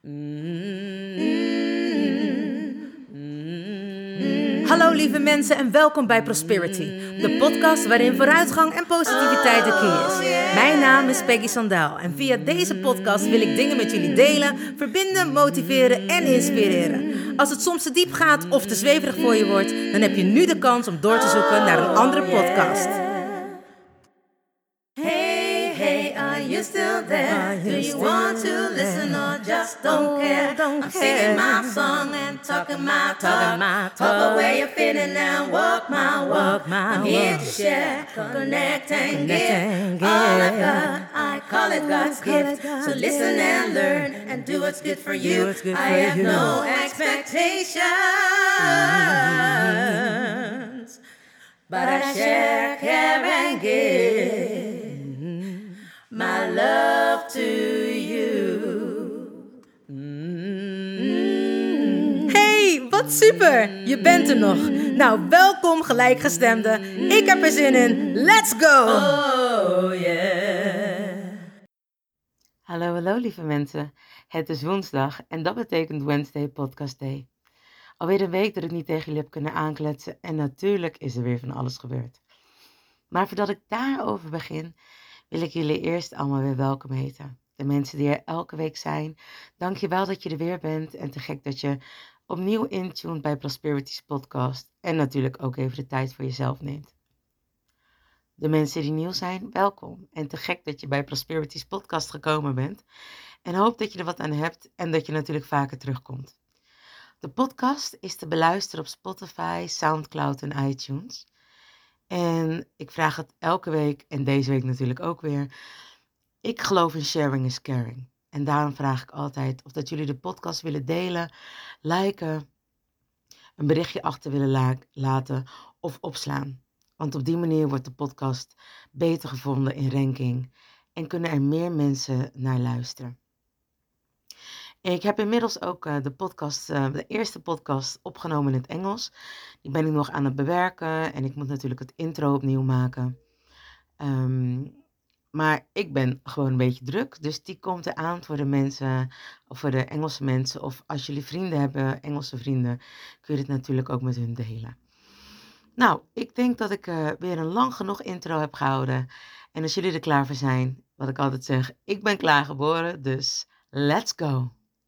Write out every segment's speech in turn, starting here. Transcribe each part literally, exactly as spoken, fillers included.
Hallo lieve mensen en welkom bij Prosperity, de podcast waarin vooruitgang en positiviteit de key is. Mijn naam is Peggy Sandaal en via deze podcast wil ik dingen met jullie delen, verbinden, motiveren en inspireren. Als het soms te diep gaat of te zweverig voor je wordt, dan heb je nu de kans om door te zoeken naar een andere podcast. Hey, hey, are you still there? Do you want to listen or just don't care? I'm singing my song and talking my talk. Talk away you're feeling and walk my walk. I'm here to share, connect and give. All I've got, I call it God's gift. So listen and learn and do what's good for you. I have no expectations, but I share, care and give my love to you. Hey, wat super! Je bent er nog. Nou, welkom gelijkgestemden. Ik heb er zin in. Let's go! Oh yeah. Hallo, hallo lieve mensen. Het is woensdag en dat betekent Wednesday Podcast Day. Alweer een week dat ik niet tegen jullie heb kunnen aankletsen en natuurlijk is er weer van alles gebeurd. Maar voordat ik daarover begin, wil ik jullie eerst allemaal weer welkom heten. De mensen die er elke week zijn, dank je wel dat je er weer bent en te gek dat je opnieuw intuned bij Prosperity's podcast en natuurlijk ook even de tijd voor jezelf neemt. De mensen die nieuw zijn, welkom en te gek dat je bij Prosperity's podcast gekomen bent en hoop dat je er wat aan hebt en dat je natuurlijk vaker terugkomt. De podcast is te beluisteren op Spotify, Soundcloud en iTunes. En ik vraag het elke week en deze week natuurlijk ook weer. Ik geloof in sharing is caring. En daarom vraag ik altijd of dat jullie de podcast willen delen, liken, een berichtje achter willen la- laten of opslaan. Want op die manier wordt de podcast beter gevonden in ranking en kunnen er meer mensen naar luisteren. En ik heb inmiddels ook uh, de podcast, uh, de eerste podcast opgenomen in het Engels. Die ben ik nog aan het bewerken en ik moet natuurlijk het intro opnieuw maken. Um, maar ik ben gewoon een beetje druk, dus die komt eraan voor de mensen, of voor de Engelse mensen. Of als jullie vrienden hebben, Engelse vrienden, kun je het natuurlijk ook met hun delen. Nou, ik denk dat ik uh, weer een lang genoeg intro heb gehouden. En als jullie er klaar voor zijn, wat ik altijd zeg, ik ben klaar geboren, dus let's go.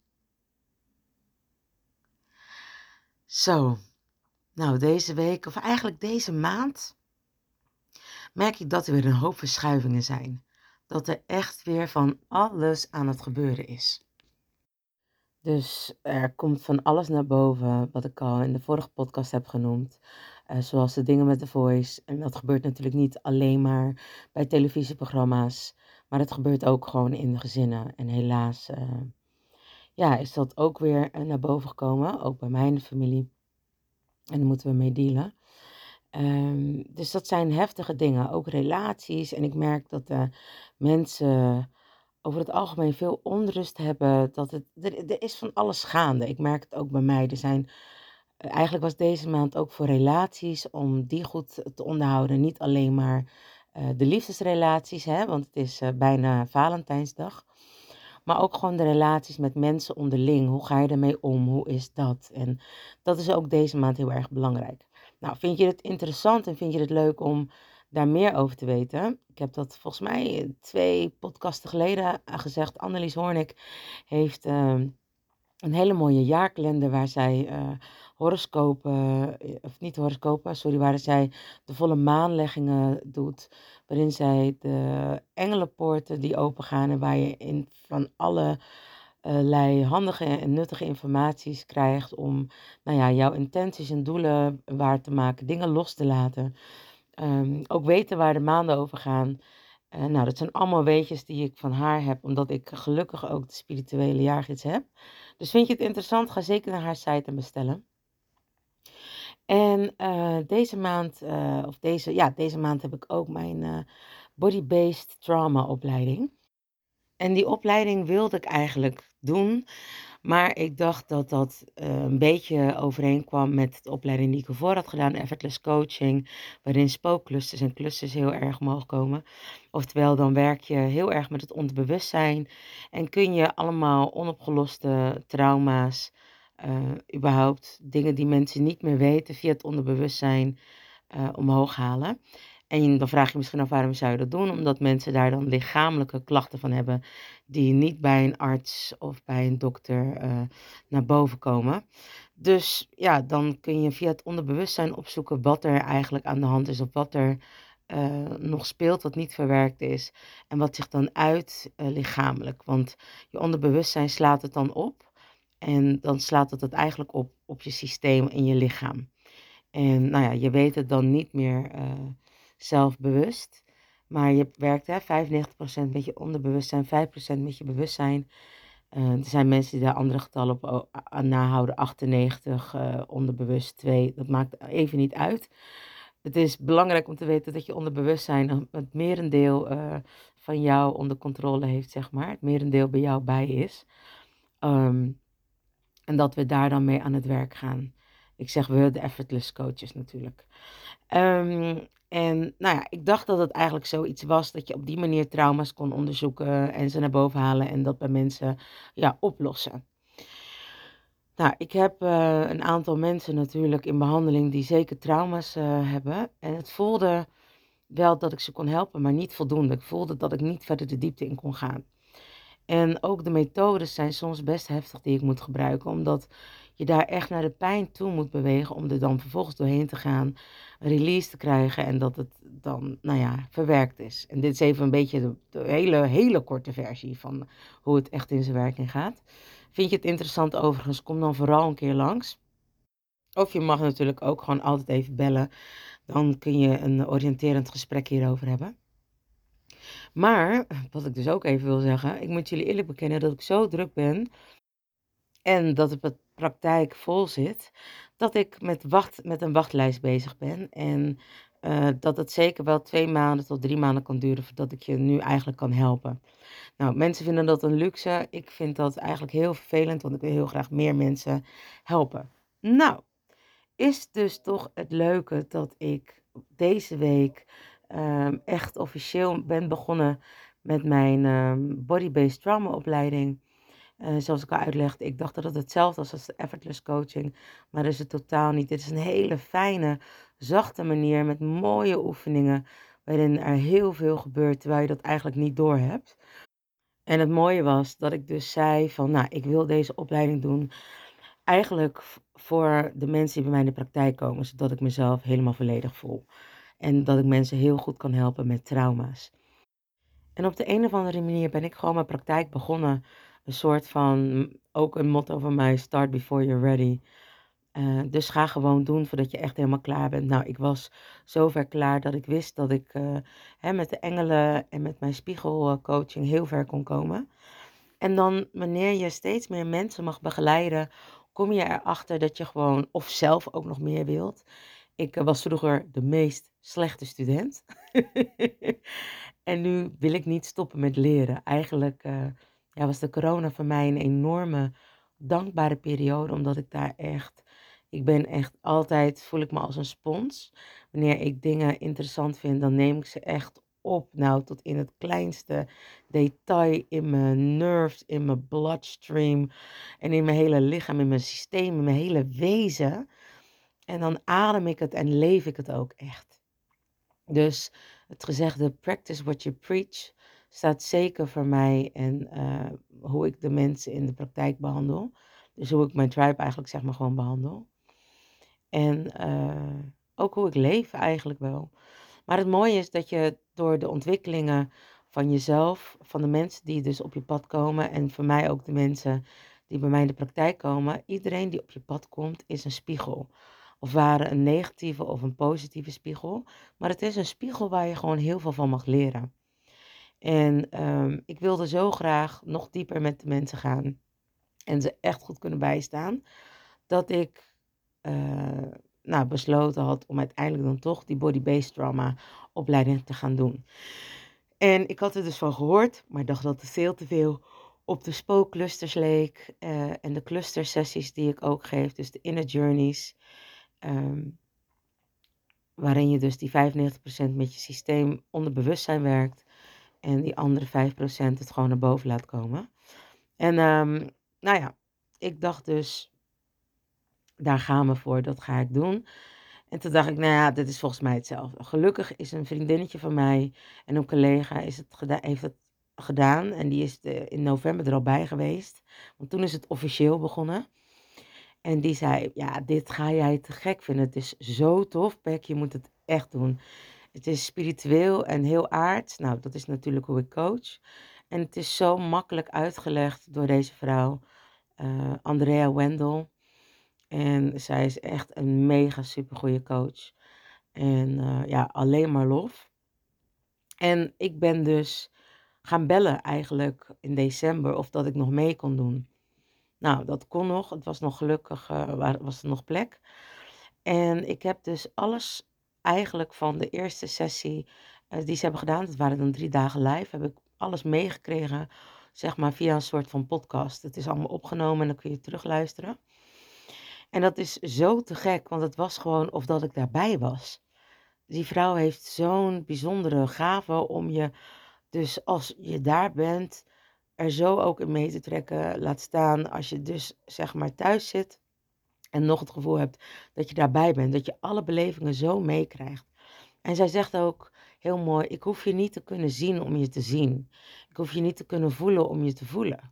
Zo, nou deze week, of eigenlijk deze maand, merk ik dat er weer een hoop verschuivingen zijn. Dat er echt weer van alles aan het gebeuren is. Dus er komt van alles naar boven, wat ik al in de vorige podcast heb genoemd. Uh, zoals de dingen met The Voice. En dat gebeurt natuurlijk niet alleen maar bij televisieprogramma's. Maar het gebeurt ook gewoon in de gezinnen. En helaas uh, ja, is dat ook weer uh, naar boven gekomen. Ook bij mij in de familie. En daar moeten we mee dealen. Um, dus dat zijn heftige dingen, ook relaties. En ik merk dat uh, mensen over het algemeen veel onrust hebben. Dat het, er, er is van alles gaande. Ik merk het ook bij mij. Er zijn, uh, eigenlijk was deze maand ook voor relaties, om die goed te onderhouden. Niet alleen maar uh, de liefdesrelaties, hè, want het is uh, bijna Valentijnsdag. Maar ook gewoon de relaties met mensen onderling. Hoe ga je ermee om? Hoe is dat? En dat is ook deze maand heel erg belangrijk. Nou, vind je het interessant en vind je het leuk om daar meer over te weten? Ik heb dat volgens mij twee podcasten geleden gezegd. Annelies Hoornik heeft uh, een hele mooie jaarkalender waar zij uh, horoscopen, of niet horoscopen, sorry, waar zij de volle maanleggingen doet. Waarin zij de engelenpoorten die opengaan en waar je in van alle allerlei handige en nuttige informaties krijgt om nou ja, jouw intenties en doelen waar te maken, dingen los te laten. Um, ook weten waar de maanden over gaan. Uh, nou, dat zijn allemaal weetjes die ik van haar heb, omdat ik gelukkig ook de spirituele jaargids heb. Dus vind je het interessant, ga zeker naar haar site en bestellen. En uh, deze maand, uh, of deze, ja, deze maand heb ik ook mijn uh, Body-Based Trauma opleiding. En die opleiding wilde ik eigenlijk doen. Maar ik dacht dat dat uh, een beetje overeenkwam met de opleiding die ik ervoor had gedaan, Effortless Coaching, waarin spookclusters en clusters heel erg omhoog komen. Oftewel, dan werk je heel erg met het onderbewustzijn en kun je allemaal onopgeloste trauma's, uh, überhaupt dingen die mensen niet meer weten via het onderbewustzijn uh, omhoog halen. En dan vraag je misschien af, waarom zou je dat doen? Omdat mensen daar dan lichamelijke klachten van hebben die niet bij een arts of bij een dokter uh, naar boven komen. Dus ja, dan kun je via het onderbewustzijn opzoeken wat er eigenlijk aan de hand is of wat er uh, nog speelt, wat niet verwerkt is en wat zich dan uit uh, lichamelijk. Want je onderbewustzijn slaat het dan op en dan slaat het het eigenlijk op op je systeem in je lichaam. En nou ja, je weet het dan niet meer uh, zelfbewust. Maar je werkt hè, vijfennegentig procent met je onderbewustzijn, vijf procent met je bewustzijn. Uh, er zijn mensen die daar andere getallen op aan nahouden. achtennegentig uh, onderbewust, twee. Dat maakt even niet uit. Het is belangrijk om te weten dat je onderbewustzijn het merendeel uh, van jou onder controle heeft, zeg maar. Het merendeel bij jou bij is. Um, en dat we daar dan mee aan het werk gaan. Ik zeg we, de effortless coaches natuurlijk. Um, en nou ja, ik dacht dat het eigenlijk zoiets was dat je op die manier trauma's kon onderzoeken en ze naar boven halen en dat bij mensen ja, oplossen. Nou, ik heb uh, een aantal mensen natuurlijk in behandeling die zeker trauma's uh, hebben. En het voelde wel dat ik ze kon helpen, maar niet voldoende. Ik voelde dat ik niet verder de diepte in kon gaan. En ook de methodes zijn soms best heftig die ik moet gebruiken, omdat je daar echt naar de pijn toe moet bewegen om er dan vervolgens doorheen te gaan, een release te krijgen en dat het dan, nou ja, verwerkt is. En dit is even een beetje de, de hele, hele korte versie van hoe het echt in zijn werking gaat. Vind je het interessant overigens, kom dan vooral een keer langs. Of je mag natuurlijk ook gewoon altijd even bellen, dan kun je een oriënterend gesprek hierover hebben. Maar, wat ik dus ook even wil zeggen, ik moet jullie eerlijk bekennen dat ik zo druk ben en dat de praktijk vol zit, dat ik met, wacht, met een wachtlijst bezig ben. En uh, dat het zeker wel twee maanden tot drie maanden kan duren voordat ik je nu eigenlijk kan helpen. Nou, mensen vinden dat een luxe. Ik vind dat eigenlijk heel vervelend, want ik wil heel graag meer mensen helpen. Nou, is dus toch het leuke dat ik deze week um, echt officieel ben begonnen met mijn um, body-based trauma opleiding. Uh, zoals ik al uitlegde, ik dacht dat het hetzelfde was als de effortless coaching, maar dat is het totaal niet. Dit is een hele fijne, zachte manier met mooie oefeningen, waarin er heel veel gebeurt, terwijl je dat eigenlijk niet doorhebt. En het mooie was dat ik dus zei van, nou, ik wil deze opleiding doen eigenlijk voor de mensen die bij mij in de praktijk komen, zodat ik mezelf helemaal volledig voel. En dat ik mensen heel goed kan helpen met trauma's. En op de een of andere manier ben ik gewoon mijn praktijk begonnen. Een soort van, ook een motto van mij, start before you're ready. Uh, dus ga gewoon doen voordat je echt helemaal klaar bent. Nou, ik was zover klaar dat ik wist dat ik uh, hè, met de engelen en met mijn spiegelcoaching heel ver kon komen. En dan wanneer je steeds meer mensen mag begeleiden, kom je erachter dat je gewoon of zelf ook nog meer wilt. Ik uh, was vroeger de meest slechte student. En nu wil ik niet stoppen met leren. Eigenlijk uh, ja, was de corona voor mij een enorme dankbare periode, omdat ik daar echt, ik ben echt altijd, voel ik me als een spons. Wanneer ik dingen interessant vind, dan neem ik ze echt op, nou, tot in het kleinste detail, in mijn nerves, in mijn bloodstream en in mijn hele lichaam, in mijn systeem, in mijn hele wezen. En dan adem ik het en leef ik het ook echt. Dus het gezegde practice what you preach staat zeker voor mij en uh, hoe ik de mensen in de praktijk behandel. Dus hoe ik mijn tribe eigenlijk zeg maar gewoon behandel. En uh, ook hoe ik leef eigenlijk wel. Maar het mooie is dat je door de ontwikkelingen van jezelf, van de mensen die dus op je pad komen en voor mij ook de mensen die bij mij in de praktijk komen, iedereen die op je pad komt is een spiegel. Of waren een negatieve of een positieve spiegel. Maar het is een spiegel waar je gewoon heel veel van mag leren. En um, ik wilde zo graag nog dieper met de mensen gaan. En ze echt goed kunnen bijstaan. Dat ik uh, nou, besloten had om uiteindelijk dan toch die body-based trauma opleiding te gaan doen. En ik had er dus van gehoord, maar dacht dat het veel te veel op de spookclusters leek uh, en de clustersessies die ik ook geef, dus de inner journeys, um, waarin je dus die vijfennegentig procent met je systeem onder bewustzijn werkt en die andere vijf procent het gewoon naar boven laat komen. En um, nou ja, ik dacht dus, daar gaan we voor, dat ga ik doen. En toen dacht ik, nou ja, dit is volgens mij hetzelfde. Gelukkig is een vriendinnetje van mij en een collega is het geda- heeft het gedaan. En die is de, in november er al bij geweest. Want toen is het officieel begonnen. En die zei, ja, dit ga jij te gek vinden. Het is zo tof, Pek, je moet het echt doen. Het is spiritueel en heel aards. Nou, dat is natuurlijk hoe ik coach. En het is zo makkelijk uitgelegd door deze vrouw, uh, Andrea Wendel. En zij is echt een mega supergoeie coach. En uh, ja, alleen maar lof. En ik ben dus gaan bellen eigenlijk in december of dat ik nog mee kon doen. Nou, dat kon nog. Het was nog gelukkig, uh, was er nog plek. En ik heb dus alles eigenlijk van de eerste sessie uh, die ze hebben gedaan, dat waren dan drie dagen live, heb ik alles meegekregen, zeg maar via een soort van podcast. Het is allemaal opgenomen en dan kun je terugluisteren. En dat is zo te gek, want het was gewoon of dat ik daarbij was. Die vrouw heeft zo'n bijzondere gave om je, dus als je daar bent, er zo ook in mee te trekken. Laat staan als je dus zeg maar thuis zit en nog het gevoel hebt dat je daarbij bent. Dat je alle belevingen zo meekrijgt. En zij zegt ook heel mooi, ik hoef je niet te kunnen zien om je te zien. Ik hoef je niet te kunnen voelen om je te voelen.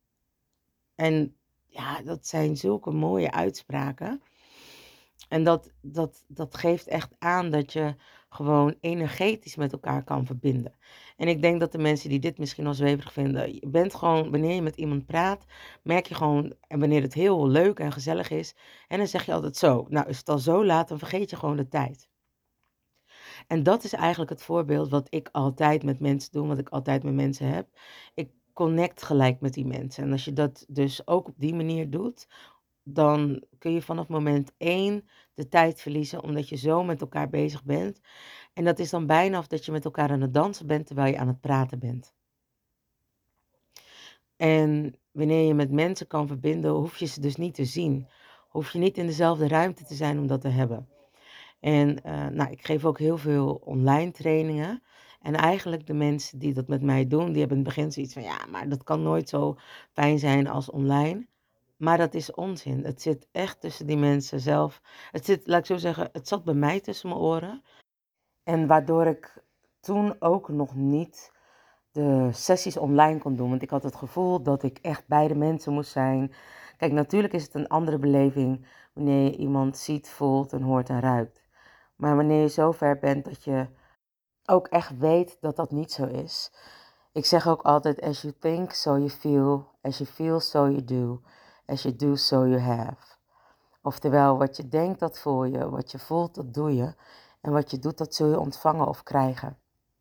En ja, dat zijn zulke mooie uitspraken. En dat, dat, dat geeft echt aan dat je gewoon energetisch met elkaar kan verbinden. En ik denk dat de mensen die dit misschien al zweverig vinden, je bent gewoon, wanneer je met iemand praat, merk je gewoon, en wanneer het heel leuk en gezellig is, en dan zeg je altijd zo, nou is het al zo laat, dan vergeet je gewoon de tijd. En dat is eigenlijk het voorbeeld wat ik altijd met mensen doe, wat ik altijd met mensen heb. Ik connect gelijk met die mensen. En als je dat dus ook op die manier doet, dan kun je vanaf moment één de tijd verliezen, omdat je zo met elkaar bezig bent. En dat is dan bijna of dat je met elkaar aan het dansen bent, terwijl je aan het praten bent. En wanneer je met mensen kan verbinden, hoef je ze dus niet te zien. Hoef je niet in dezelfde ruimte te zijn om dat te hebben. En uh, nou, ik geef ook heel veel online trainingen. En eigenlijk de mensen die dat met mij doen, die hebben in het begin zoiets van, ja, maar dat kan nooit zo fijn zijn als online. Maar dat is onzin. Het zit echt tussen die mensen zelf. Het zit, laat ik zo zeggen, het zat bij mij tussen mijn oren. En waardoor ik toen ook nog niet de sessies online kon doen. Want ik had het gevoel dat ik echt bij de mensen moest zijn. Kijk, natuurlijk is het een andere beleving wanneer je iemand ziet, voelt en hoort en ruikt. Maar wanneer je zo ver bent dat je ook echt weet dat dat niet zo is. Ik zeg ook altijd, as you think, so you feel. As you feel, so you do. As you do, so you have. Oftewel, wat je denkt, dat voel je. Wat je voelt, dat doe je. En wat je doet, dat zul je ontvangen of krijgen.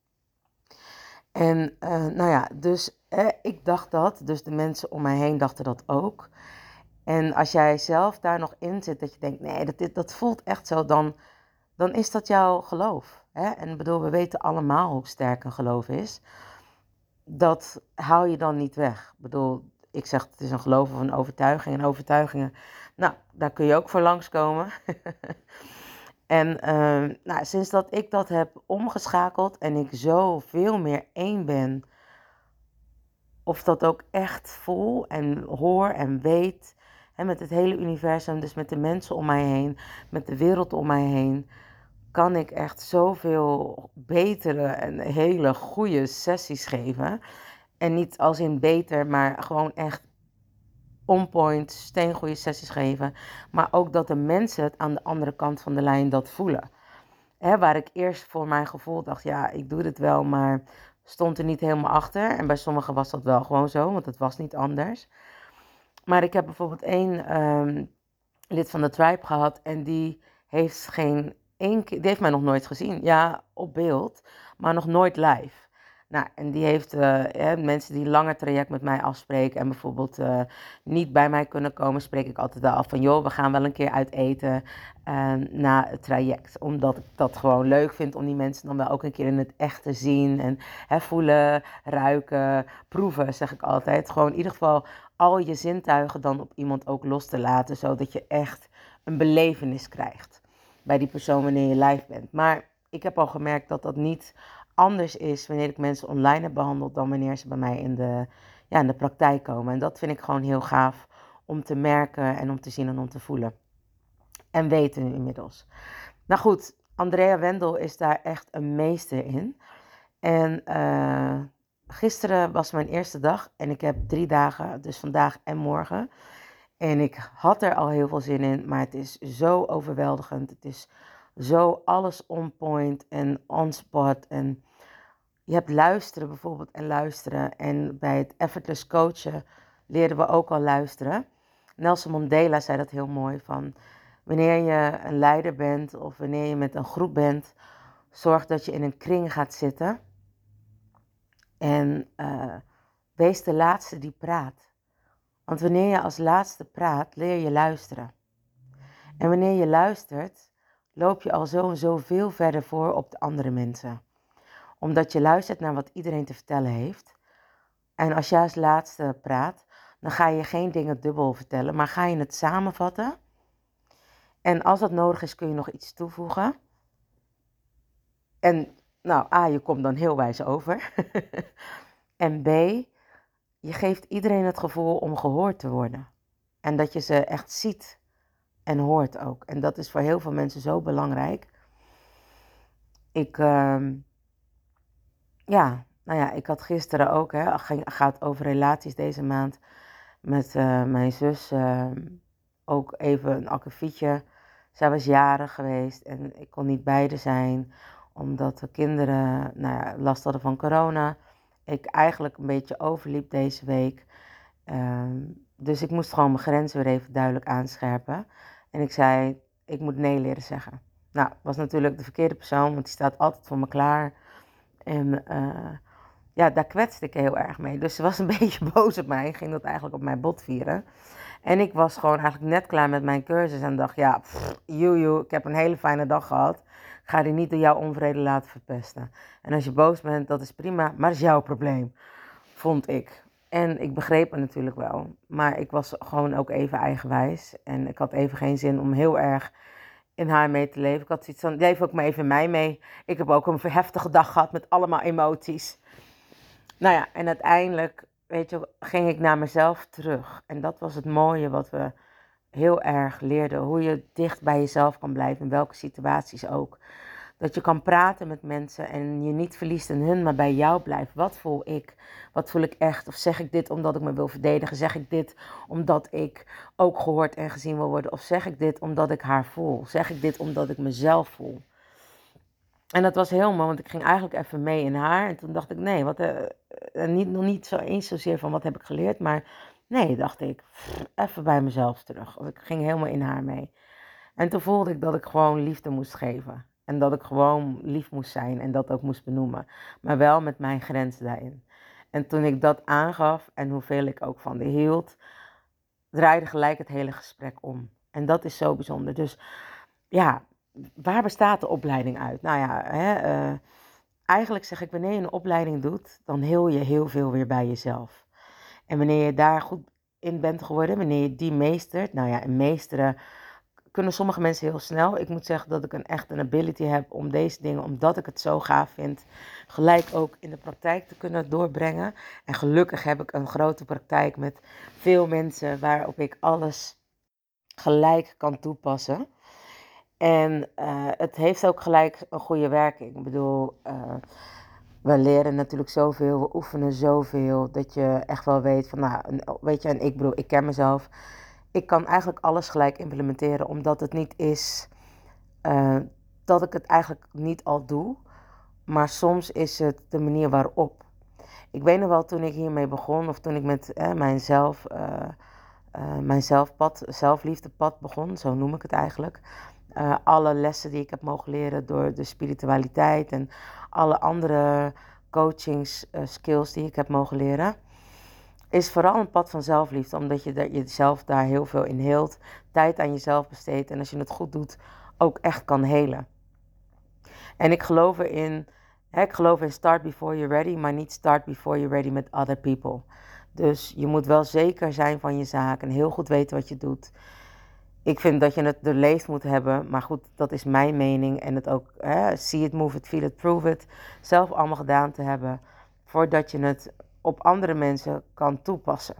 En uh, nou ja, dus eh, ik dacht dat. Dus de mensen om mij heen dachten dat ook. En als jij zelf daar nog in zit, dat je denkt, nee, dat, dit, dat voelt echt zo, dan, dan is dat jouw geloof. Hè? En bedoel, we weten allemaal hoe sterk een geloof is. Dat haal je dan niet weg. Ik bedoel, ik zeg het is een geloof of een overtuiging. En overtuigingen, nou, daar kun je ook voor langskomen. En uh, nou, sinds dat ik dat heb omgeschakeld en ik zo veel meer één ben, of dat ook echt voel en hoor en weet, hè, met het hele universum, dus met de mensen om mij heen, met de wereld om mij heen, kan ik echt zoveel betere en hele goede sessies geven. En niet als in beter, maar gewoon echt on point, steengoede sessies geven. Maar ook dat de mensen het aan de andere kant van de lijn dat voelen. Hè, waar ik eerst voor mijn gevoel dacht, ja, ik doe dit wel, maar stond er niet helemaal achter. En bij sommigen was dat wel gewoon zo, want het was niet anders. Maar ik heb bijvoorbeeld één um, lid van de tribe gehad en die heeft geen één keer, die heeft mij nog nooit gezien. Ja, op beeld, maar nog nooit live. Nou, en die heeft uh, ja, mensen die een langer traject met mij afspreken en bijvoorbeeld uh, niet bij mij kunnen komen, spreek ik altijd wel af van, joh, we gaan wel een keer uit eten uh, na het traject. Omdat ik dat gewoon leuk vind om die mensen dan wel ook een keer in het echt te zien en hè, voelen, ruiken, proeven, zeg ik altijd. Gewoon in ieder geval al je zintuigen dan op iemand ook los te laten, zodat je echt een belevenis krijgt bij die persoon wanneer je live bent. Maar ik heb al gemerkt dat dat niet anders is wanneer ik mensen online heb behandeld dan wanneer ze bij mij in de, ja, in de praktijk komen. En dat vind ik gewoon heel gaaf om te merken en om te zien en om te voelen. En weten nu inmiddels. Nou goed, Andrea Wendel is daar echt een meester in. En uh, gisteren was mijn eerste dag en ik heb drie dagen, dus vandaag en morgen. En ik had er al heel veel zin in, maar het is zo overweldigend. Het is zo alles on point en on spot. En je hebt luisteren bijvoorbeeld en luisteren. En bij het effortless coachen leerden we ook al luisteren. Nelson Mandela zei dat heel mooi van, wanneer je een leider bent of wanneer je met een groep bent, zorg dat je in een kring gaat zitten. En uh, wees de laatste die praat. Want wanneer je als laatste praat, leer je luisteren. En wanneer je luistert, loop je al zo en zo veel verder voor op de andere mensen. Omdat je luistert naar wat iedereen te vertellen heeft. En als jij als laatste praat, dan ga je geen dingen dubbel vertellen, maar ga je het samenvatten. En als dat nodig is, kun je nog iets toevoegen. En nou, A, je komt dan heel wijs over. En B, je geeft iedereen het gevoel om gehoord te worden. En dat je ze echt ziet en hoort ook. En dat is voor heel veel mensen zo belangrijk. Ik, uh, ja, nou ja, ik had gisteren ook, hè, ging, gaat over relaties deze maand, met uh, mijn zus uh, ook even een akkefietje. Zij was jarig geweest en ik kon niet bij haar zijn, omdat de kinderen nou ja, last hadden van corona. Ik eigenlijk een beetje overliep deze week. Uh, dus ik moest gewoon mijn grenzen weer even duidelijk aanscherpen. En ik zei, ik moet nee leren zeggen. Nou, was natuurlijk de verkeerde persoon, want die staat altijd voor me klaar. En uh, ja, daar kwetste ik heel erg mee. Dus ze was een beetje boos op mij, ging dat eigenlijk op mijn bot vieren. En ik was gewoon eigenlijk net klaar met mijn cursus en dacht, ja, pff, joe, ik heb een hele fijne dag gehad. Ik ga die niet door jouw onvrede laten verpesten. En als je boos bent, dat is prima, maar dat is jouw probleem, vond ik. En ik begreep het natuurlijk wel, maar ik was gewoon ook even eigenwijs. En ik had even geen zin om heel erg in haar mee te leven. Ik had zoiets van, leef ook maar even in mij mee. Ik heb ook een heftige dag gehad met allemaal emoties. Nou ja, en uiteindelijk, weet je, ging ik naar mezelf terug. En dat was het mooie wat we heel erg leerden. Hoe je dicht bij jezelf kan blijven, in welke situaties ook. Dat je kan praten met mensen en je niet verliest in hun, maar bij jou blijft. Wat voel ik? Wat voel ik echt? Of zeg ik dit omdat ik me wil verdedigen? Zeg ik dit omdat ik ook gehoord en gezien wil worden? Of zeg ik dit omdat ik haar voel? Zeg ik dit omdat ik mezelf voel? En dat was heel mooi, want ik ging eigenlijk even mee in haar. En toen dacht ik, nee, wat, uh, niet, nog niet zo eens zozeer van wat heb ik geleerd. Maar nee, dacht ik, pff, even bij mezelf terug. Of ik ging helemaal in haar mee. En toen voelde ik dat ik gewoon liefde moest geven. En dat ik gewoon lief moest zijn en dat ook moest benoemen. Maar wel met mijn grenzen daarin. En toen ik dat aangaf en hoeveel ik ook van de hield, draaide gelijk het hele gesprek om. En dat is zo bijzonder. Dus ja, waar bestaat de opleiding uit? Nou ja, hè, uh, eigenlijk zeg ik, wanneer je een opleiding doet, dan heel je heel veel weer bij jezelf. En wanneer je daar goed in bent geworden, wanneer je die meestert, nou ja, en meesteren kunnen sommige mensen heel snel. Ik moet zeggen dat ik een echt een ability heb om deze dingen, omdat ik het zo gaaf vind, gelijk ook in de praktijk te kunnen doorbrengen. En gelukkig heb ik een grote praktijk met veel mensen waarop ik alles gelijk kan toepassen. En uh, het heeft ook gelijk een goede werking. Ik bedoel, uh, we leren natuurlijk zoveel, we oefenen zoveel, dat je echt wel weet van, nou, weet je, en ik bedoel, ik ken mezelf. Ik kan eigenlijk alles gelijk implementeren, omdat het niet is uh, dat ik het eigenlijk niet al doe. Maar soms is het de manier waarop. Ik weet nog wel, toen ik hiermee begon, of toen ik met eh, mijn, zelf, uh, uh, mijn zelfpad, zelfliefdepad begon, zo noem ik het eigenlijk. Uh, alle lessen die ik heb mogen leren door de spiritualiteit en alle andere coachings uh, skills die ik heb mogen leren, is vooral een pad van zelfliefde. Omdat je er, jezelf daar heel veel in heelt. Tijd aan jezelf besteedt. En als je het goed doet, ook echt kan helen. En ik geloof erin, hè, ik geloof in start before you're ready, maar niet start before you're ready met other people. Dus je moet wel zeker zijn van je zaak en heel goed weten wat je doet. Ik vind dat je het doorleefd moet hebben, maar goed, dat is mijn mening. En het ook, hè, see it, move it, feel it, prove it, zelf allemaal gedaan te hebben, voordat je het op andere mensen kan toepassen.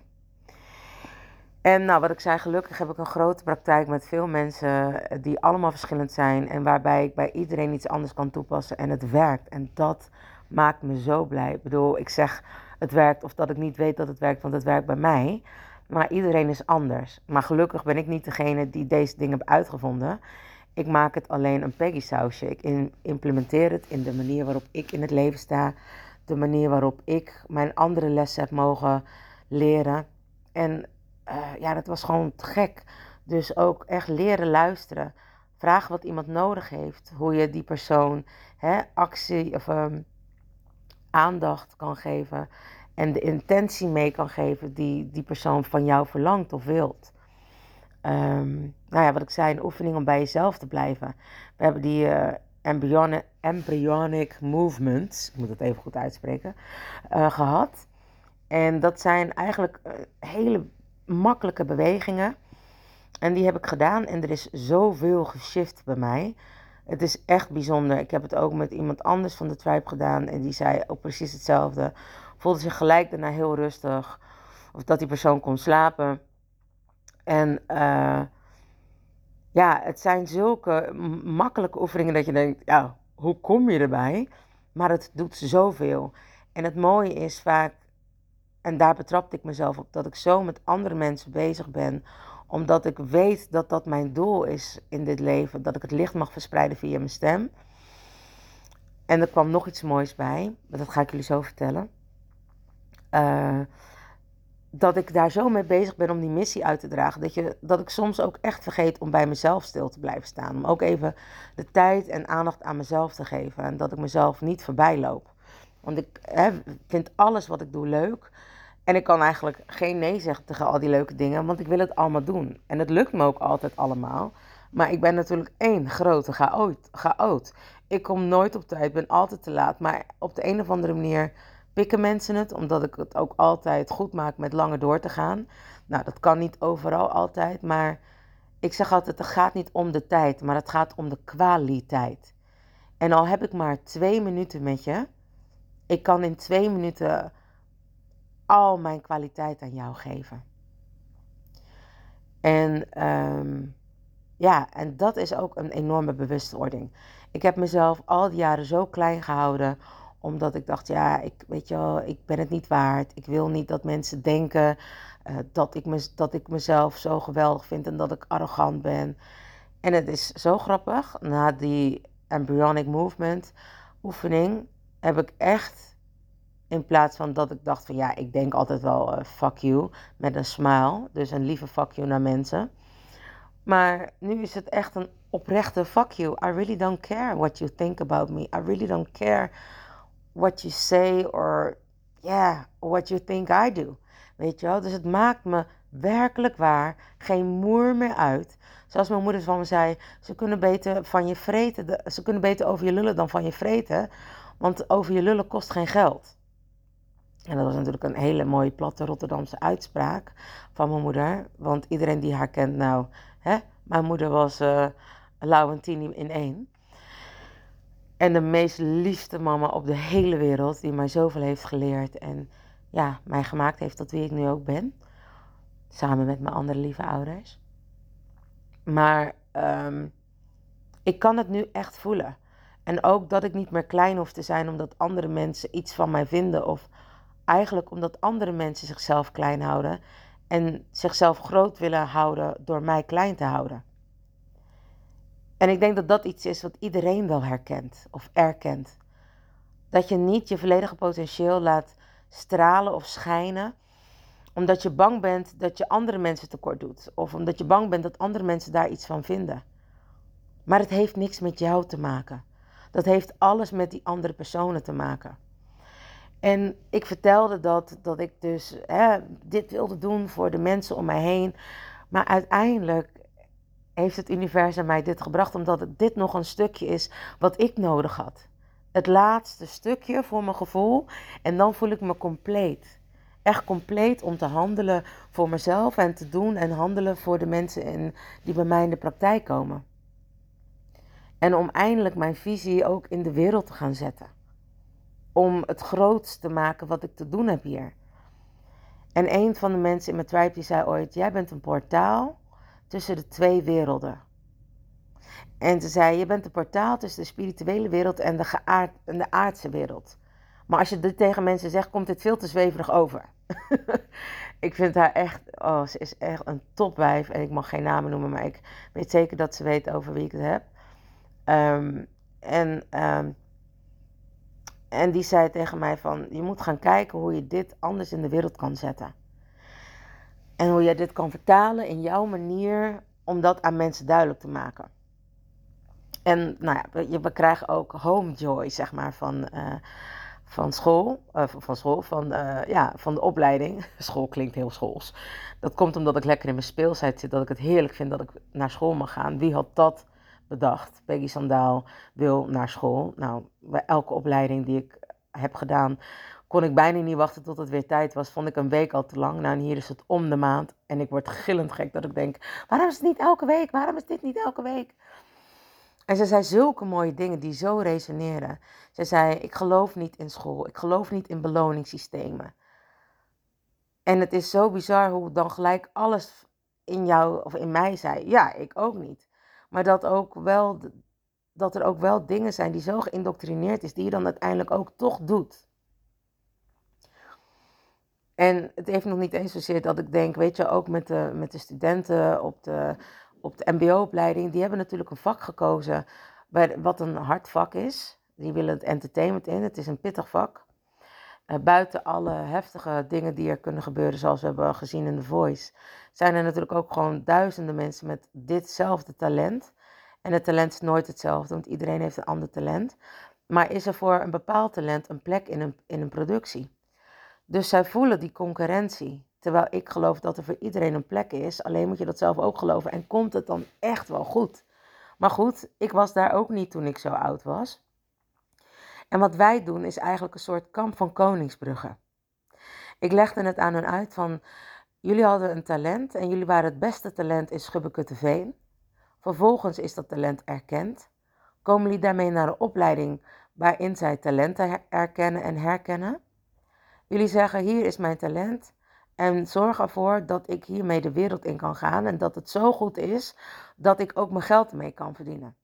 En nou, wat ik zei, gelukkig heb ik een grote praktijk met veel mensen die allemaal verschillend zijn. En waarbij ik bij iedereen iets anders kan toepassen en het werkt. En dat maakt me zo blij. Ik bedoel, ik zeg het werkt of dat ik niet weet dat het werkt, want het werkt bij mij. Maar iedereen is anders. Maar gelukkig ben ik niet degene die deze dingen heb uitgevonden. Ik maak het alleen een Peggy sausje. Ik in, implementeer het in de manier waarop ik in het leven sta. De manier waarop ik mijn andere lessen heb mogen leren. En uh, ja, dat was gewoon te gek. Dus ook echt leren luisteren. Vragen wat iemand nodig heeft. Hoe je die persoon hè, actie of um, aandacht kan geven. En de intentie mee kan geven die die persoon van jou verlangt of wilt. Um, nou ja, wat ik zei, een oefening om bij jezelf te blijven. We hebben die uh, embryonic, embryonic movements, ik moet het even goed uitspreken, uh, gehad. En dat zijn eigenlijk uh, hele makkelijke bewegingen. En die heb ik gedaan en er is zoveel geshift bij mij. Het is echt bijzonder. Ik heb het ook met iemand anders van de tribe gedaan en die zei ook precies hetzelfde. Voelde zich gelijk daarna heel rustig. Of dat die persoon kon slapen. En uh, ja, het zijn zulke makkelijke oefeningen dat je denkt, ja, hoe kom je erbij? Maar het doet zoveel. En het mooie is vaak, en daar betrapte ik mezelf op, dat ik zo met andere mensen bezig ben. Omdat ik weet dat dat mijn doel is in dit leven. Dat ik het licht mag verspreiden via mijn stem. En er kwam nog iets moois bij. Dat ga ik jullie zo vertellen. Uh, dat ik daar zo mee bezig ben om die missie uit te dragen. Dat, je, dat ik soms ook echt vergeet om bij mezelf stil te blijven staan. Om ook even de tijd en aandacht aan mezelf te geven. En dat ik mezelf niet voorbij loop. Want ik hè, vind alles wat ik doe leuk. En ik kan eigenlijk geen nee zeggen tegen al die leuke dingen. Want ik wil het allemaal doen. En het lukt me ook altijd allemaal. Maar ik ben natuurlijk één grote chaot. chaot. Ik kom nooit op tijd. Ik ben altijd te laat. Maar op de een of andere manier pikken mensen het. Omdat ik het ook altijd goed maak met langer door te gaan. Nou, dat kan niet overal altijd. Maar ik zeg altijd, het gaat niet om de tijd. Maar het gaat om de kwaliteit. En al heb ik maar twee minuten met je. Ik kan in twee minuten al mijn kwaliteit aan jou geven. En um, ja, en dat is ook een enorme bewustwording. Ik heb mezelf al die jaren zo klein gehouden, omdat ik dacht, ja, ik, weet je wel, ik ben het niet waard. Ik wil niet dat mensen denken uh, dat, ik me, dat ik mezelf zo geweldig vind en dat ik arrogant ben. En het is zo grappig, na die embryonic movement oefening heb ik echt, in plaats van dat ik dacht van ja, ik denk altijd wel uh, fuck you, met een smile. Dus een lieve fuck you naar mensen. Maar nu is het echt een oprechte fuck you. I really don't care what you think about me. I really don't care what you say or yeah, what you think I do. Weet je wel? Dus het maakt me werkelijk waar geen moer meer uit. Zoals mijn moeder van me zei, ze kunnen beter van je vreten, ze kunnen beter over je lullen dan van je vreten. Want over je lullen kost geen geld. En dat was natuurlijk een hele mooie platte Rotterdamse uitspraak van mijn moeder. Want iedereen die haar kent, nou, hè, mijn moeder was uh, Lauwentini in één. En de meest liefste mama op de hele wereld, die mij zoveel heeft geleerd. En ja, mij gemaakt heeft tot wie ik nu ook ben. Samen met mijn andere lieve ouders. Maar um, ik kan het nu echt voelen. En ook dat ik niet meer klein hoef te zijn omdat andere mensen iets van mij vinden. Of eigenlijk omdat andere mensen zichzelf klein houden en zichzelf groot willen houden door mij klein te houden. En ik denk dat dat iets is wat iedereen wel herkent of erkent. Dat je niet je volledige potentieel laat stralen of schijnen omdat je bang bent dat je andere mensen tekort doet. Of omdat je bang bent dat andere mensen daar iets van vinden. Maar het heeft niks met jou te maken. Dat heeft alles met die andere personen te maken. En ik vertelde dat, dat ik dus hè, dit wilde doen voor de mensen om mij heen. Maar uiteindelijk heeft het universum mij dit gebracht, omdat het dit nog een stukje is wat ik nodig had. Het laatste stukje voor mijn gevoel. En dan voel ik me compleet. Echt compleet om te handelen voor mezelf en te doen en handelen voor de mensen in, die bij mij in de praktijk komen. En om eindelijk mijn visie ook in de wereld te gaan zetten. Om het grootst te maken wat ik te doen heb hier. En een van de mensen in mijn tribe die zei ooit, jij bent een portaal tussen de twee werelden. En ze zei, je bent een portaal tussen de spirituele wereld en de, geaard, en de aardse wereld. Maar als je dit tegen mensen zegt, komt dit veel te zweverig over. Ik vind haar echt, oh, ze is echt een topwijf. En ik mag geen namen noemen, maar ik weet zeker dat ze weet over wie ik het heb. Um, en, um, en die zei tegen mij van, je moet gaan kijken hoe je dit anders in de wereld kan zetten. En hoe je dit kan vertalen in jouw manier om dat aan mensen duidelijk te maken. En nou ja, we, we krijgen ook home joy, zeg maar, van, uh, van school. Uh, van school, van, uh, ja, van de opleiding. School klinkt heel schools. Dat komt omdat ik lekker in mijn speelsheid zit. Dat ik het heerlijk vind dat ik naar school mag gaan. Wie had dat bedacht? Peggy Sandaal wil naar school. Nou, bij elke opleiding die ik heb gedaan, kon ik bijna niet wachten tot het weer tijd was. Vond ik een week al te lang. Nou, en hier is het om de maand. En ik word gillend gek dat ik denk, waarom is het niet elke week? Waarom is dit niet elke week? En ze zei zulke mooie dingen die zo resoneren. Ze zei, ik geloof niet in school. Ik geloof niet in beloningssystemen. En het is zo bizar hoe dan gelijk alles in jou of in mij zei. Ja, ik ook niet. Maar dat, ook wel, dat er ook wel dingen zijn die zo geïndoctrineerd is, die je dan uiteindelijk ook toch doet. En het heeft nog niet eens zozeer dat ik denk, weet je, ook met de, met de studenten op de, op de mbo-opleiding, die hebben natuurlijk een vak gekozen wat een hard vak is. Die willen het entertainment in, het is een pittig vak. Uh, buiten alle heftige dingen die er kunnen gebeuren, zoals we hebben gezien in The Voice, zijn er natuurlijk ook gewoon duizenden mensen met ditzelfde talent. En het talent is nooit hetzelfde, want iedereen heeft een ander talent. Maar is er voor een bepaald talent een plek in een, in een productie? Dus zij voelen die concurrentie. Terwijl ik geloof dat er voor iedereen een plek is. Alleen moet je dat zelf ook geloven. En komt het dan echt wel goed? Maar goed, ik was daar ook niet toen ik zo oud was. En wat wij doen is eigenlijk een soort kamp van koningsbruggen. Ik legde het aan hen uit van, jullie hadden een talent en jullie waren het beste talent in Schubbekutteveen. Vervolgens is dat talent erkend. Komen jullie daarmee naar een opleiding waarin zij talenten erkennen en herkennen? Jullie zeggen, hier is mijn talent en zorg ervoor dat ik hiermee de wereld in kan gaan en dat het zo goed is dat ik ook mijn geld ermee kan verdienen.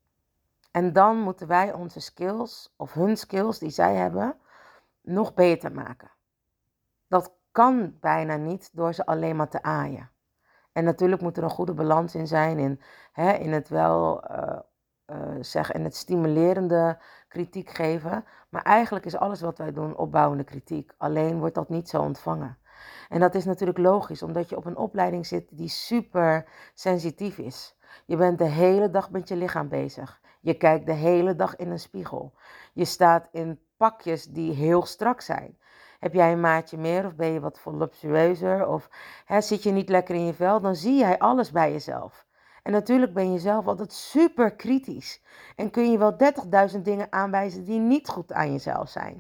En dan moeten wij onze skills, of hun skills die zij hebben, nog beter maken. Dat kan bijna niet door ze alleen maar te aaien. En natuurlijk moet er een goede balans in zijn in, hè, in het wel uh, uh, zeggen, in het stimulerende kritiek geven. Maar eigenlijk is alles wat wij doen opbouwende kritiek. Alleen wordt dat niet zo ontvangen. En dat is natuurlijk logisch, omdat je op een opleiding zit die super sensitief is. Je bent de hele dag met je lichaam bezig. Je kijkt de hele dag in een spiegel. Je staat in pakjes die heel strak zijn. Heb jij een maatje meer of ben je wat voluptueuzer of hè, zit je niet lekker in je vel, dan zie jij alles bij jezelf. En natuurlijk ben je zelf altijd super kritisch. En kun je wel dertigduizend dingen aanwijzen die niet goed aan jezelf zijn.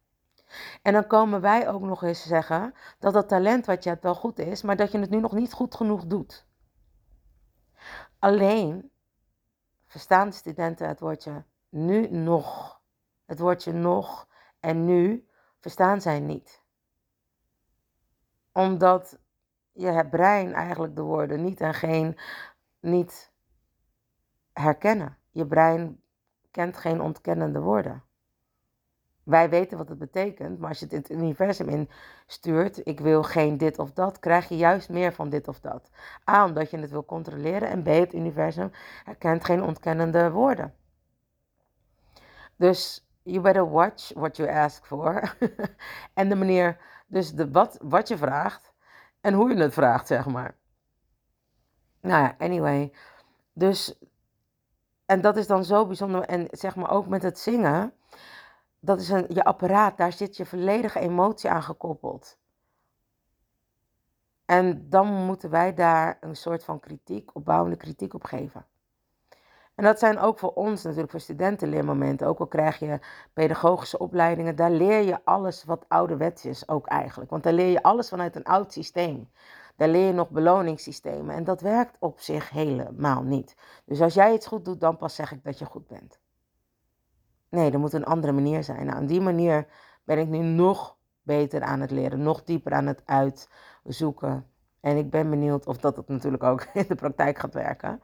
En dan komen wij ook nog eens zeggen dat dat talent wat je hebt wel goed is, maar dat je het nu nog niet goed genoeg doet. Alleen verstaan de studenten het woordje nu nog. Het woordje nog en nu verstaan zij niet. Omdat je brein eigenlijk de woorden niet en geen niet herkennen. Je brein kent geen ontkennende woorden. Wij weten wat het betekent, maar als je het in het universum instuurt, ik wil geen dit of dat, krijg je juist meer van dit of dat. A, omdat je het wil controleren en B, het universum herkent geen ontkennende woorden. Dus you better watch what you ask for. En de manier, dus de, wat, wat je vraagt en hoe je het vraagt, zeg maar. Nou ja, anyway. Dus, en dat is dan zo bijzonder. En zeg maar ook met het zingen. dat is een, je apparaat, daar zit je volledige emotie aan gekoppeld. En dan moeten wij daar een soort van kritiek, opbouwende kritiek op geven. En dat zijn ook voor ons natuurlijk, voor studentenleermomenten. Ook al krijg je pedagogische opleidingen, daar leer je alles wat ouderwets is ook eigenlijk. Want daar leer je alles vanuit een oud systeem. Daar leer je nog beloningssystemen. En dat werkt op zich helemaal niet. Dus als jij iets goed doet, dan pas zeg ik dat je goed bent. Nee, er moet een andere manier zijn. Nou, op die manier ben ik nu nog beter aan het leren. Nog dieper aan het uitzoeken. En ik ben benieuwd of dat het natuurlijk ook in de praktijk gaat werken.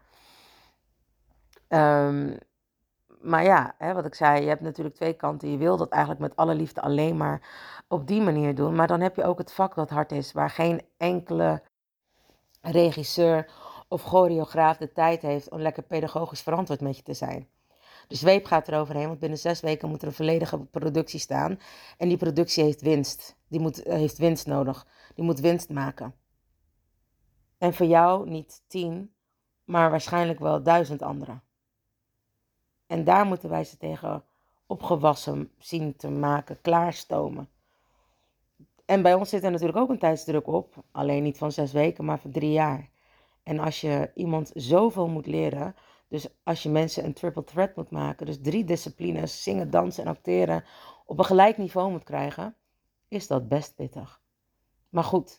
Um, maar ja, hè, wat ik zei, je hebt natuurlijk twee kanten. Je wil dat eigenlijk met alle liefde alleen maar op die manier doen. Maar dan heb je ook het vak dat hard is, waar geen enkele regisseur of choreograaf de tijd heeft om lekker pedagogisch verantwoord met je te zijn. De zweep gaat eroverheen, want binnen zes weken moet er een volledige productie staan. En die productie heeft winst. Die moet, heeft winst nodig. Die moet winst maken. En voor jou niet tien, maar waarschijnlijk wel duizend anderen. En daar moeten wij ze tegen opgewassen zien te maken, klaarstomen. En bij ons zit er natuurlijk ook een tijdsdruk op. Alleen niet van zes weken, maar van drie jaar. En als je iemand zoveel moet leren, dus als je mensen een triple threat moet maken, dus drie disciplines, zingen, dansen en acteren, op een gelijk niveau moet krijgen, is dat best pittig. Maar goed,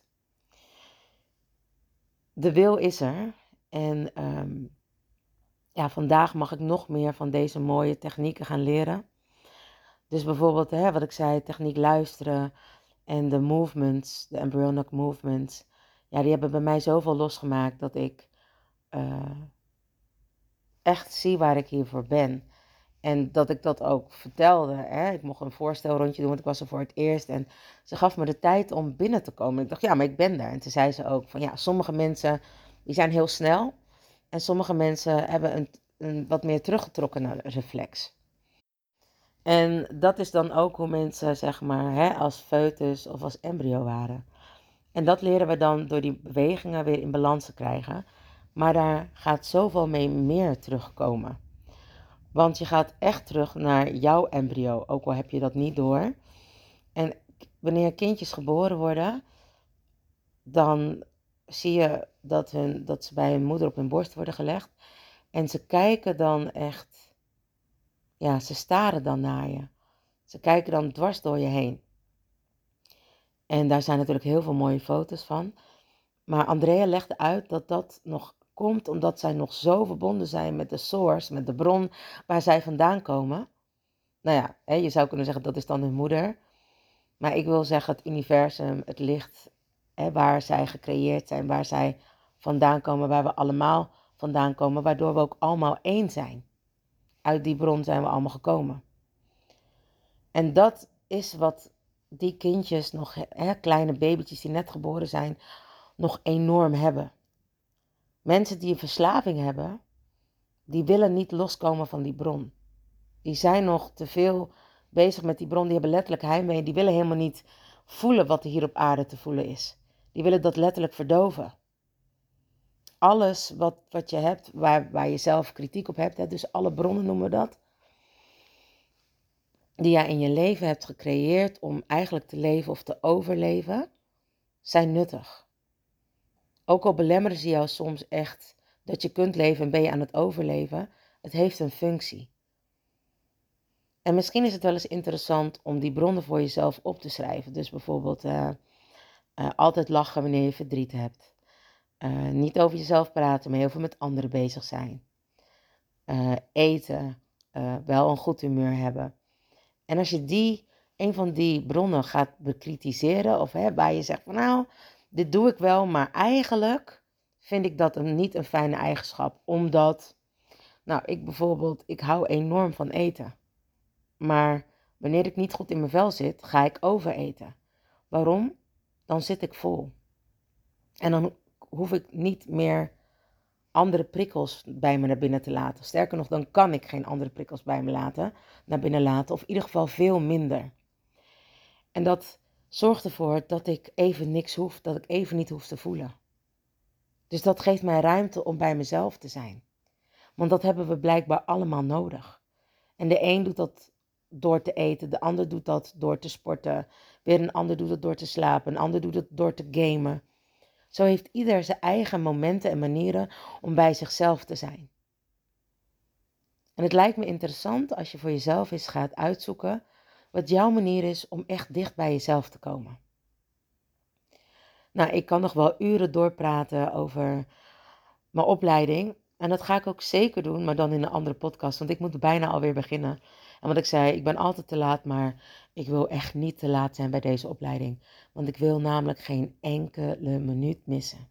de wil is er. En um, ja, vandaag mag ik nog meer van deze mooie technieken gaan leren. Dus bijvoorbeeld, hè, wat ik zei, techniek luisteren en de movements, de embryonic movements. Ja, die hebben bij mij zoveel losgemaakt dat ik uh, echt zie waar ik hiervoor ben. En dat ik dat ook vertelde. Hè. Ik mocht een voorstelrondje doen, want ik was er voor het eerst. En ze gaf me de tijd om binnen te komen. Ik dacht, ja, maar ik ben daar. En toen zei ze ook van, ja, sommige mensen die zijn heel snel. En sommige mensen hebben een, een wat meer teruggetrokken reflex. En dat is dan ook hoe mensen, zeg maar, hè, als foetus of als embryo waren. En dat leren we dan door die bewegingen weer in balans te krijgen. Maar daar gaat zoveel mee meer terugkomen. Want je gaat echt terug naar jouw embryo, ook al heb je dat niet door. En wanneer kindjes geboren worden, dan zie je dat, hun, dat ze bij hun moeder op hun borst worden gelegd. En ze kijken dan echt, ja, ze staren dan naar je. Ze kijken dan dwars door je heen. En daar zijn natuurlijk heel veel mooie foto's van. Maar Andrea legde uit dat dat nog komt omdat zij nog zo verbonden zijn met de source, met de bron waar zij vandaan komen. Nou ja, hè, je zou kunnen zeggen dat is dan hun moeder. Maar ik wil zeggen het universum, het licht, hè, waar zij gecreëerd zijn, waar zij vandaan komen, waar we allemaal vandaan komen, waardoor we ook allemaal één zijn. Uit die bron zijn we allemaal gekomen. En dat is wat die kindjes nog, hè, kleine babytjes die net geboren zijn, nog enorm hebben. Mensen die een verslaving hebben, die willen niet loskomen van die bron. Die zijn nog te veel bezig met die bron, die hebben letterlijk heimwee. Die willen helemaal niet voelen wat er hier op aarde te voelen is. Die willen dat letterlijk verdoven. Alles wat, wat je hebt, waar, waar je zelf kritiek op hebt, hè, dus alle bronnen noemen we dat, die jij in je leven hebt gecreëerd om eigenlijk te leven of te overleven, zijn nuttig. Ook al belemmeren ze jou soms echt dat je kunt leven en ben je aan het overleven, het heeft een functie. En misschien is het wel eens interessant om die bronnen voor jezelf op te schrijven. Dus bijvoorbeeld uh, uh, altijd lachen wanneer je verdriet hebt. Uh, niet over jezelf praten, maar heel veel met anderen bezig zijn. Uh, eten, uh, wel een goed humeur hebben. En als je die, een van die bronnen gaat bekritiseren, of hè, waar je zegt van nou, dit doe ik wel, maar eigenlijk vind ik dat een, niet een fijne eigenschap. Omdat, nou ik bijvoorbeeld, ik hou enorm van eten. Maar wanneer ik niet goed in mijn vel zit, ga ik overeten. Waarom? Dan zit ik vol. En dan hoef ik niet meer andere prikkels bij me naar binnen te laten. Sterker nog, dan kan ik geen andere prikkels bij me laten, naar binnen laten. Of in ieder geval veel minder. En dat zorgt ervoor dat ik even niks hoef, dat ik even niet hoef te voelen. Dus dat geeft mij ruimte om bij mezelf te zijn. Want dat hebben we blijkbaar allemaal nodig. En de een doet dat door te eten, de ander doet dat door te sporten, weer een ander doet het door te slapen, een ander doet het door te gamen. Zo heeft ieder zijn eigen momenten en manieren om bij zichzelf te zijn. En het lijkt me interessant als je voor jezelf eens gaat uitzoeken wat jouw manier is om echt dicht bij jezelf te komen. Nou, ik kan nog wel uren doorpraten over mijn opleiding. En dat ga ik ook zeker doen, maar dan in een andere podcast. Want ik moet bijna alweer beginnen. En wat ik zei, ik ben altijd te laat, maar ik wil echt niet te laat zijn bij deze opleiding. Want ik wil namelijk geen enkele minuut missen.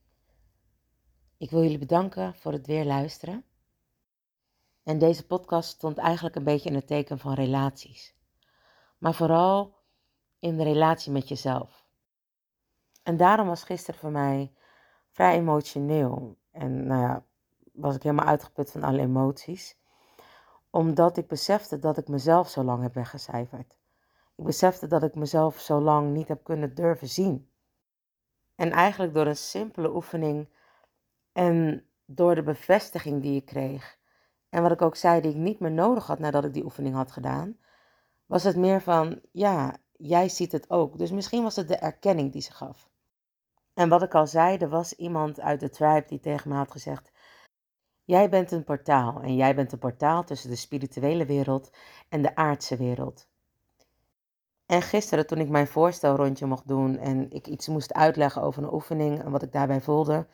Ik wil jullie bedanken voor het weer luisteren. En deze podcast stond eigenlijk een beetje in het teken van relaties. Maar vooral in de relatie met jezelf. En daarom was gisteren voor mij vrij emotioneel. En nou ja, was ik helemaal uitgeput van alle emoties. Omdat ik besefte dat ik mezelf zo lang heb weggecijferd. Ik besefte dat ik mezelf zo lang niet heb kunnen durven zien. En eigenlijk door een simpele oefening en door de bevestiging die ik kreeg. En wat ik ook zei, die ik niet meer nodig had nadat ik die oefening had gedaan. Was het meer van, ja, jij ziet het ook. Dus misschien was het de erkenning die ze gaf. En wat ik al zei, er was iemand uit de tribe die tegen me had gezegd: jij bent een portaal en jij bent een portaal tussen de spirituele wereld en de aardse wereld. En gisteren toen ik mijn voorstelrondje mocht doen en ik iets moest uitleggen over een oefening en wat ik daarbij voelde,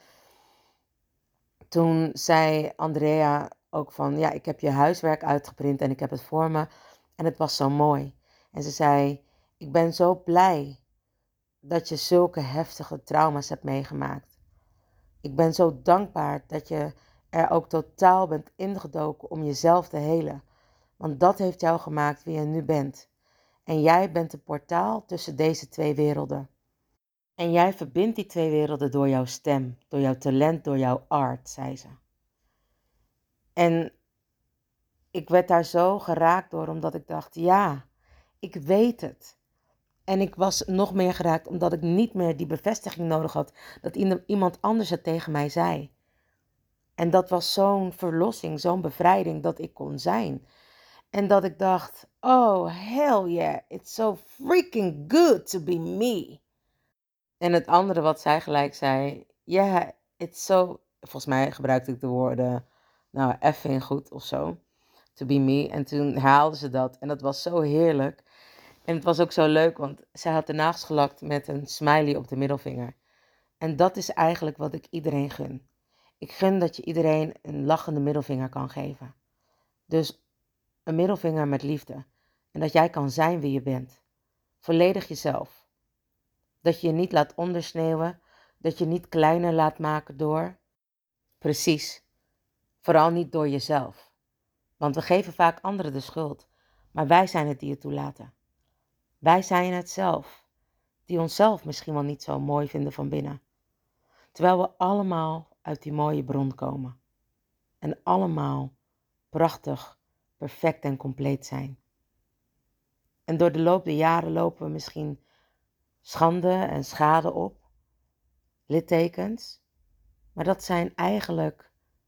toen zei Andrea ook van, ja, ik heb je huiswerk uitgeprint en ik heb het voor me en het was zo mooi. En ze zei, ik ben zo blij dat je zulke heftige trauma's hebt meegemaakt. Ik ben zo dankbaar dat je er ook totaal bent ingedoken om jezelf te helen. Want dat heeft jou gemaakt wie je nu bent. En jij bent de portaal tussen deze twee werelden. En jij verbindt die twee werelden door jouw stem, door jouw talent, door jouw art, zei ze. En ik werd daar zo geraakt door, omdat ik dacht, ja, ik weet het. En ik was nog meer geraakt omdat ik niet meer die bevestiging nodig had dat iemand anders het tegen mij zei. En dat was zo'n verlossing, zo'n bevrijding dat ik kon zijn. En dat ik dacht, oh hell yeah, it's so freaking good to be me. En het andere wat zij gelijk zei, yeah, it's so, volgens mij gebruikte ik de woorden, nou effing goed of zo, to be me. En toen herhaalde ze dat en dat was zo heerlijk. En het was ook zo leuk, want zij had de nagels gelakt met een smiley op de middelvinger. En dat is eigenlijk wat ik iedereen gun. Ik gun dat je iedereen een lachende middelvinger kan geven. Dus een middelvinger met liefde. En dat jij kan zijn wie je bent. Volledig jezelf. Dat je je niet laat ondersneeuwen. Dat je niet kleiner laat maken door. Precies. Vooral niet door jezelf. Want we geven vaak anderen de schuld. Maar wij zijn het die het toelaten. Wij zijn het zelf. Die onszelf misschien wel niet zo mooi vinden van binnen. Terwijl we allemaal uit die mooie bron komen. En allemaal prachtig, perfect en compleet zijn. En door de loop der jaren lopen we misschien schande en schade op. Littekens. Maar dat zijn eigenlijk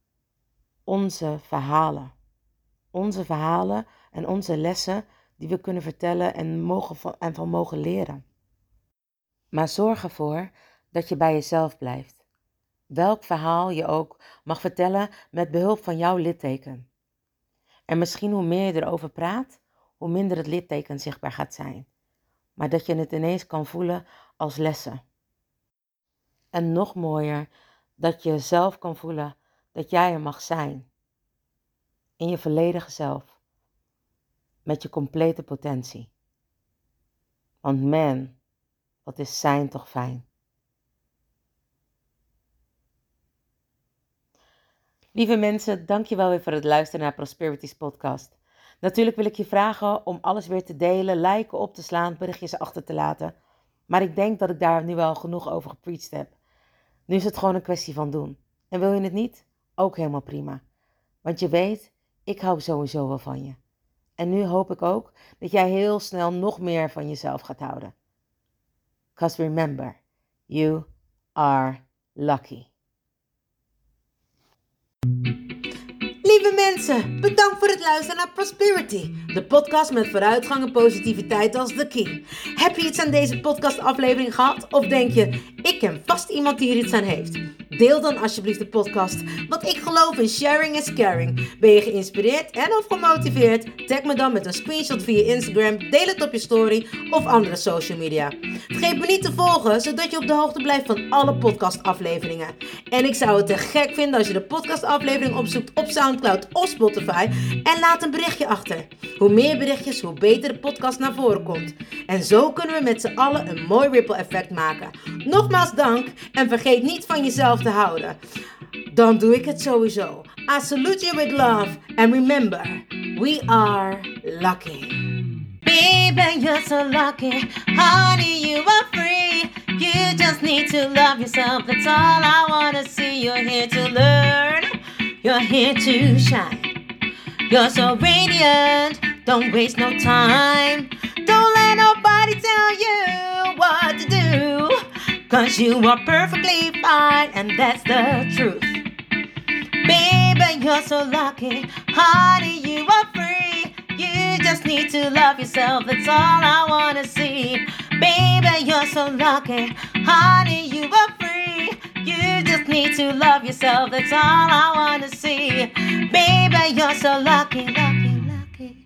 onze verhalen. Onze verhalen en onze lessen die we kunnen vertellen en, mogen van, en van mogen leren. Maar zorg ervoor dat je bij jezelf blijft. Welk verhaal je ook mag vertellen met behulp van jouw litteken. En misschien hoe meer je erover praat, hoe minder het litteken zichtbaar gaat zijn. Maar dat je het ineens kan voelen als lessen. En nog mooier, dat je zelf kan voelen dat jij er mag zijn. In je volledige zelf. Met je complete potentie. Want man, wat is zijn toch fijn. Lieve mensen, dankjewel weer voor het luisteren naar Prosperities podcast. Natuurlijk wil ik je vragen om alles weer te delen, liken, op te slaan, berichtjes achter te laten. Maar ik denk dat ik daar nu wel genoeg over gepreached heb. Nu is het gewoon een kwestie van doen. En wil je het niet? Ook helemaal prima. Want je weet, ik hou sowieso wel van je. En nu hoop ik ook dat jij heel snel nog meer van jezelf gaat houden. Because remember, you are lucky. Lieve mensen, bedankt voor het luisteren naar Prosperity, De podcast met vooruitgang en positiviteit als de key. Heb je iets aan deze podcastaflevering gehad? Of denk je, ik ken vast iemand die er iets aan heeft? Deel dan alsjeblieft de podcast, want ik geloof in sharing is caring. Ben je geïnspireerd en of gemotiveerd? Tag me dan met een screenshot via Instagram, deel het op je story of andere social media. Vergeet me niet te volgen, zodat je op de hoogte blijft van alle podcastafleveringen. En ik zou het te gek vinden als je de podcastaflevering opzoekt op Soundcloud of Spotify en laat een berichtje achter. Hoe meer berichtjes, hoe beter de podcast naar voren komt. En zo kunnen we met z'n allen een mooi ripple effect maken. Nogmaals dank en vergeet niet van jezelf te houden. Dan doe ik het sowieso. I salute you with love and remember, we are lucky. Baby, you're so lucky. Honey, you are free. You just need to love yourself. That's all I wanna see. You're here to learn. You're here to shine. You're so radiant. Don't waste no time. Don't let nobody tell you what to do. Cause you are perfectly fine. And that's the truth. Baby, you're so lucky. Honey, you are free. You just need to love yourself. That's all I wanna see. Baby, you're so lucky. Honey, you are free. You just need to love yourself. That's all I wanna see. Baby, you're so lucky, lucky.